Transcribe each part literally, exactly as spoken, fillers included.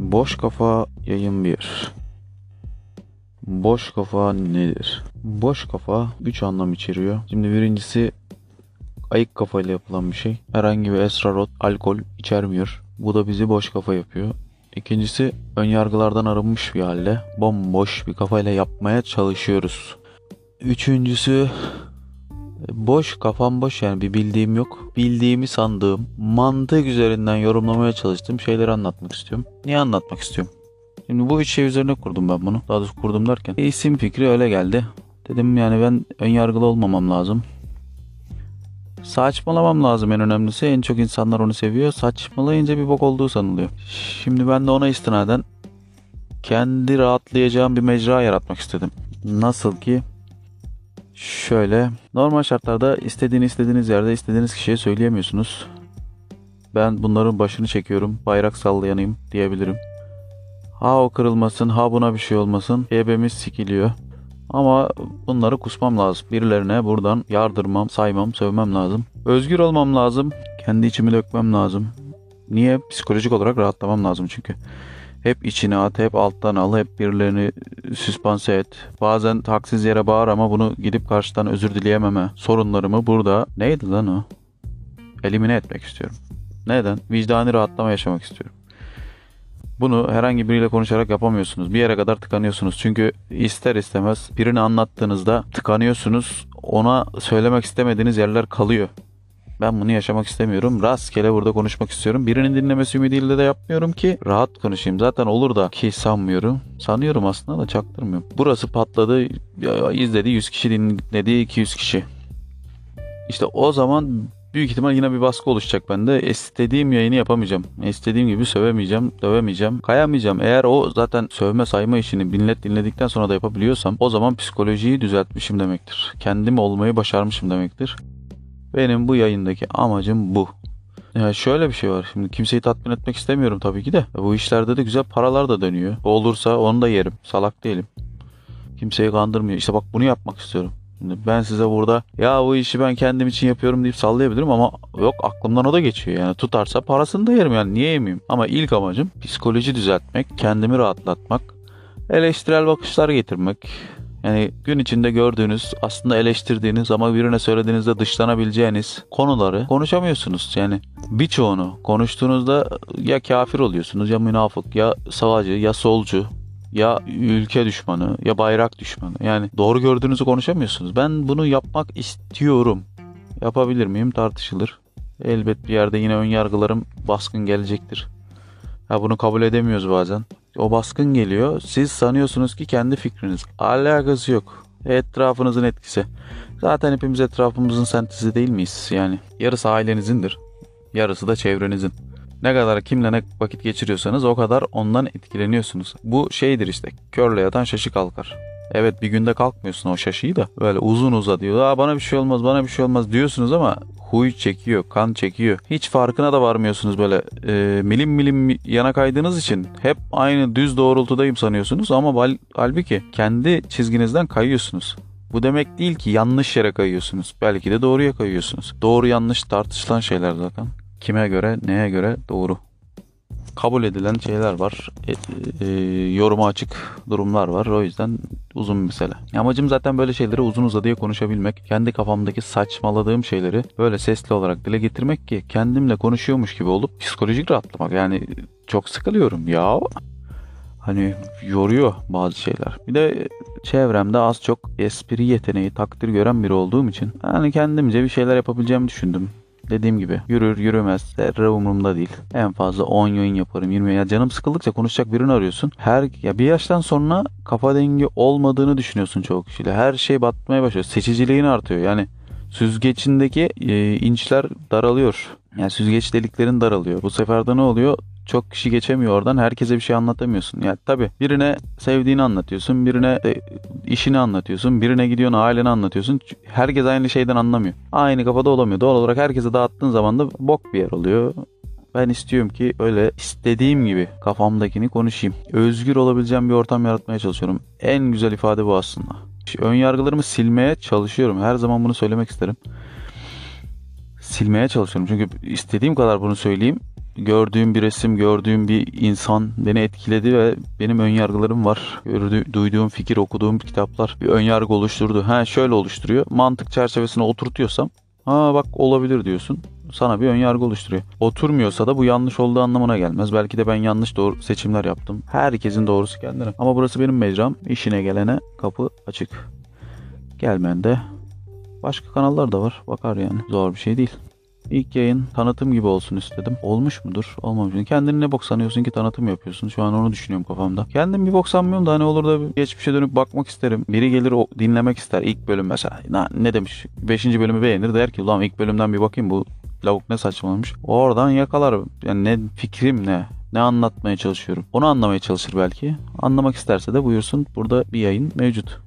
Boş kafa yayın bir. Boş kafa nedir? Boş kafa üç anlam içeriyor. Şimdi birincisi ayık kafayla yapılan bir şey. Herhangi bir esrar, alkol içermiyor. Bu da bizi boş kafa yapıyor. İkincisi önyargılardan arınmış bir halde bomboş bir kafayla yapmaya çalışıyoruz. Üçüncüsü boş, kafam boş, yani bir bildiğim yok. Bildiğimi sandığım, mantık üzerinden yorumlamaya çalıştığım şeyleri anlatmak istiyorum. Niye anlatmak istiyorum? Şimdi bu üç şey üzerine kurdum ben bunu. Daha doğrusu kurdum derken isim fikri öyle geldi. Dedim yani ben önyargılı olmamam lazım. Saçmalamam lazım en önemlisi. En çok insanlar onu seviyor. Saçmalayınca bir bok olduğu sanılıyor. Şimdi ben de ona istinaden kendi rahatlayacağım bir mecra yaratmak istedim. Nasıl ki? Şöyle, normal şartlarda istediğiniz istediğiniz yerde istediğiniz kişiye söyleyemiyorsunuz. Ben bunların başını çekiyorum, bayrak sallayanayım diyebilirim. Ha o kırılmasın, ha buna bir şey olmasın, ebemiz sikiliyor. Ama bunları kusmam lazım. Birilerine buradan yardırmam, saymam, sövmem lazım. Özgür olmam lazım. Kendi içimi dökmem lazım. Niye? Psikolojik olarak rahatlamam lazım çünkü. Hep içine at, hep alttan al, hep birilerini süspanse et. Bazen haksız yere bağır ama bunu gidip karşıdan özür dileyememe sorunlarımı burada, neydi lan o? Elimine etmek istiyorum. Neden? Vicdani rahatlama yaşamak istiyorum. Bunu herhangi biriyle konuşarak yapamıyorsunuz. Bir yere kadar tıkanıyorsunuz. Çünkü ister istemez birini anlattığınızda tıkanıyorsunuz. Ona söylemek istemediğiniz yerler kalıyor. Ben bunu yaşamak istemiyorum. Rastgele burada konuşmak istiyorum. Birinin dinlemesi ümidiyle de yapmıyorum ki rahat konuşayım. Zaten olur da ki sanmıyorum. Sanıyorum aslında da çaktırmıyorum. Burası patladı. İzledi yüz kişi, dinledi iki yüz kişi. İşte o zaman büyük ihtimal yine bir baskı oluşacak bende. İstediğim yayını yapamayacağım. İstediğim gibi sövemeyeceğim, dövemeyeceğim, kayamayacağım. Eğer o zaten sövme sayma işini millet dinledikten sonra da yapabiliyorsam o zaman psikolojiyi düzeltmişim demektir. Kendim olmayı başarmışım demektir. Benim bu yayındaki amacım bu. Ya şöyle bir şey var. Şimdi kimseyi tatmin etmek istemiyorum tabii ki de. Bu işlerde de güzel paralar da dönüyor. Olursa onu da yerim. Salak değilim. Kimseyi kandırmıyor. İşte bak bunu yapmak istiyorum. Şimdi ben size burada ya bu işi ben kendim için yapıyorum deyip sallayabilirim ama yok, aklımdan o da geçiyor. Yani tutarsa parasını da yerim, yani niye yemeyeyim? Ama ilk amacım psikoloji düzeltmek, kendimi rahatlatmak, eleştirel bakışlar getirmek. Yani gün içinde gördüğünüz, aslında eleştirdiğiniz ama birine söylediğinizde dışlanabileceğiniz konuları konuşamıyorsunuz. Yani birçoğunu konuştuğunuzda ya kafir oluyorsunuz, ya münafık, ya sağcı, ya solcu, ya ülke düşmanı, ya bayrak düşmanı. Yani doğru gördüğünüzü konuşamıyorsunuz. Ben bunu yapmak istiyorum. Yapabilir miyim? Tartışılır. Elbet bir yerde yine ön yargılarım baskın gelecektir. Ya bunu kabul edemiyoruz bazen. O baskın geliyor. Siz sanıyorsunuz ki kendi fikriniz. Alakası yok. Etrafınızın etkisi. Zaten hepimiz etrafımızın sentezi değil miyiz? Yani yarısı ailenizindir. Yarısı da çevrenizin. Ne kadar kimle ne vakit geçiriyorsanız o kadar ondan etkileniyorsunuz. Bu şeydir işte. Körle yatan şaşı kalkar. Evet, bir günde kalkmıyorsun o şaşıyı da. Böyle uzun uza diyor. Aa, bana bir şey olmaz, bana bir şey olmaz diyorsunuz ama huy çekiyor, kan çekiyor. Hiç farkına da varmıyorsunuz böyle. E, milim milim yana kaydığınız için hep aynı düz doğrultudayım sanıyorsunuz ama bal, halbuki kendi çizginizden kayıyorsunuz. Bu demek değil ki yanlış yere kayıyorsunuz. Belki de doğruya kayıyorsunuz. Doğru yanlış tartışılan şeyler zaten. Kime göre, neye göre doğru? Kabul edilen şeyler var. E, e, yoruma açık durumlar var. O yüzden uzun bir mesele. Amacım zaten böyle şeyleri uzun uzadıya konuşabilmek. Kendi kafamdaki saçmaladığım şeyleri böyle sesli olarak dile getirmek ki kendimle konuşuyormuş gibi olup psikolojik rahatlamak. Yani çok sıkılıyorum ya. Hani yoruyor bazı şeyler. Bir de çevremde az çok espri yeteneği, takdir gören biri olduğum için hani kendimce bir şeyler yapabileceğimi düşündüm. Dediğim gibi yürür yürümez zerre umurumda değil. En fazla on yayın yaparım, yirmi. Ya canım sıkıldıkça konuşacak birini arıyorsun. Her ya bir yaştan sonra kafa dengi olmadığını düşünüyorsun çoğu kişiyle. Her şey batmaya başlıyor. Seçiciliğin artıyor. Yani süzgeçindeki e, inçler daralıyor. Yani süzgeç deliklerin daralıyor. Bu sefer de ne oluyor? Çok kişi geçemiyor oradan. Herkese bir şey anlatamıyorsun. Yani tabii birine sevdiğini anlatıyorsun. Birine de işini anlatıyorsun. Birine gidiyorsun aileni anlatıyorsun. Herkes aynı şeyden anlamıyor. Aynı kafada olamıyor. Doğal olarak herkese dağıttığın zaman da bok bir yer oluyor. Ben istiyorum ki öyle istediğim gibi kafamdakini konuşayım. Özgür olabileceğim bir ortam yaratmaya çalışıyorum. En güzel ifade bu aslında. Ön yargılarımı silmeye çalışıyorum. Her zaman bunu söylemek isterim. Silmeye çalışıyorum. Çünkü istediğim kadar bunu söyleyeyim. gördüğüm bir resim, gördüğüm bir insan beni etkiledi ve benim önyargılarım var. Gördüğüm, duyduğum fikir, okuduğum kitaplar bir önyargı oluşturdu. Ha şöyle oluşturuyor. Mantık çerçevesine oturtuyorsam, ha bak olabilir diyorsun. Sana bir önyargı oluşturuyor. Oturmuyorsa da bu yanlış olduğu anlamına gelmez. Belki de ben yanlış doğru seçimler yaptım. Herkesin doğrusu kendine. Ama burası benim mecram. İşine gelene kapı açık. Gelmeyen de başka kanallar da var. Bakar yani. Zor bir şey değil. İlk yayın tanıtım gibi olsun istedim. Olmuş mudur? Olmamış mı? Kendini ne bok sanıyorsun ki tanıtım yapıyorsun? Şu an onu düşünüyorum kafamda. Kendim bir bok sanmıyorum da hani olur da bir geçmişe dönüp bakmak isterim. Biri gelir o dinlemek ister. İlk bölüm mesela. Na, ne demiş? Beşinci bölümü beğenir. Der ki ulan ilk bölümden bir bakayım bu lavuk ne saçmalamış. Oradan yakalar. Yani ne fikrim ne? Ne anlatmaya çalışıyorum? Onu anlamaya çalışır belki. Anlamak isterse de buyursun. Burada bir yayın mevcut.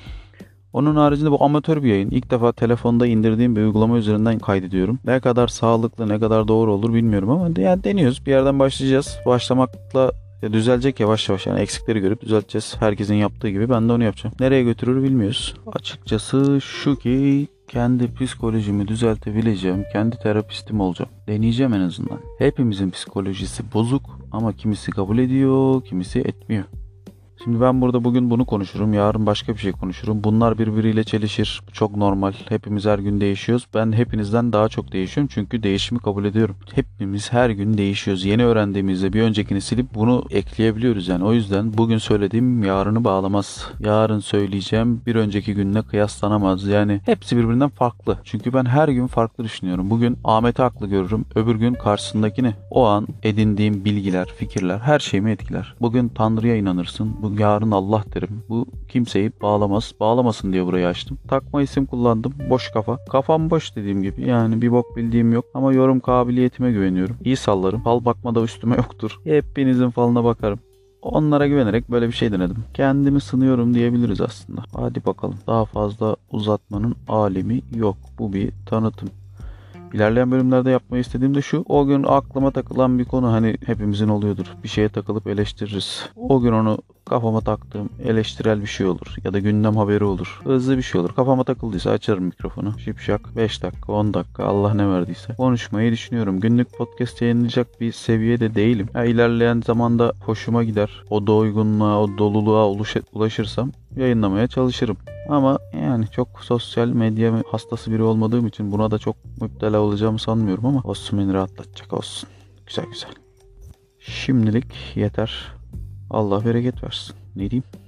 Onun haricinde bu amatör bir yayın. İlk defa telefonda indirdiğim bir uygulama üzerinden kaydediyorum. Ne kadar sağlıklı, ne kadar doğru olur bilmiyorum ama yani deniyoruz. Bir yerden başlayacağız. Başlamakla ya düzelecek yavaş yavaş, yani eksikleri görüp düzelteceğiz. Herkesin yaptığı gibi ben de onu yapacağım. Nereye götürür bilmiyoruz. Açıkçası şu ki kendi psikolojimi düzeltebileceğim, kendi terapistim olacağım. Deneyeceğim en azından. Hepimizin psikolojisi bozuk ama kimisi kabul ediyor, kimisi etmiyor. Şimdi ben burada bugün bunu konuşurum, yarın başka bir şey konuşurum. Bunlar birbiriyle çelişir. Çok normal. Hepimiz her gün değişiyoruz. Ben hepinizden daha çok değişiyorum çünkü değişimi kabul ediyorum. Hepimiz her gün değişiyoruz. Yeni öğrendiğimizde bir öncekini silip bunu ekleyebiliyoruz yani. O yüzden bugün söylediğim yarını bağlamaz. Yarın söyleyeceğim bir önceki günle kıyaslanamaz. Yani hepsi birbirinden farklı. Çünkü ben her gün farklı düşünüyorum. Bugün Ahmet'i haklı görürüm. Öbür gün karşısındakini. O an edindiğim bilgiler, fikirler her şeyimi etkiler. Bugün Tanrı'ya inanırsın. Bu yarın Allah derim. Bu kimseyi bağlamaz. Bağlamasın diye burayı açtım. Takma isim kullandım. Boş kafa. Kafam boş dediğim gibi. Yani bir bok bildiğim yok. Ama yorum kabiliyetime güveniyorum. İyi sallarım. Fal bakmada üstüme yoktur. Hepinizin falına bakarım. Onlara güvenerek böyle bir şey denedim. Kendimi sınıyorum diyebiliriz aslında. Hadi bakalım. Daha fazla uzatmanın alemi yok. Bu bir tanıtım. İlerleyen bölümlerde yapmayı istediğim de şu. O gün aklıma takılan bir konu, hani hepimizin oluyordur. Bir şeye takılıp eleştiririz. O gün onu kafama taktığım eleştirel bir şey olur. Ya da gündem haberi olur. Hızlı bir şey olur. Kafama takıldıysa açarım mikrofonu. Şipşak beş dakika on dakika Allah ne verdiyse konuşmayı düşünüyorum. Günlük podcast yayınlayacak bir seviyede değilim. Ya ilerleyen zamanda hoşuma gider. O doygunluğa, o doluluğa ulaşırsam yayınlamaya çalışırım. Ama yani çok sosyal medya hastası biri olmadığım için buna da çok müptela olacağımı sanmıyorum ama olsun, beni rahatlatacak olsun. Güzel güzel. Şimdilik yeter. Allah bereket versin. Ne diyeyim?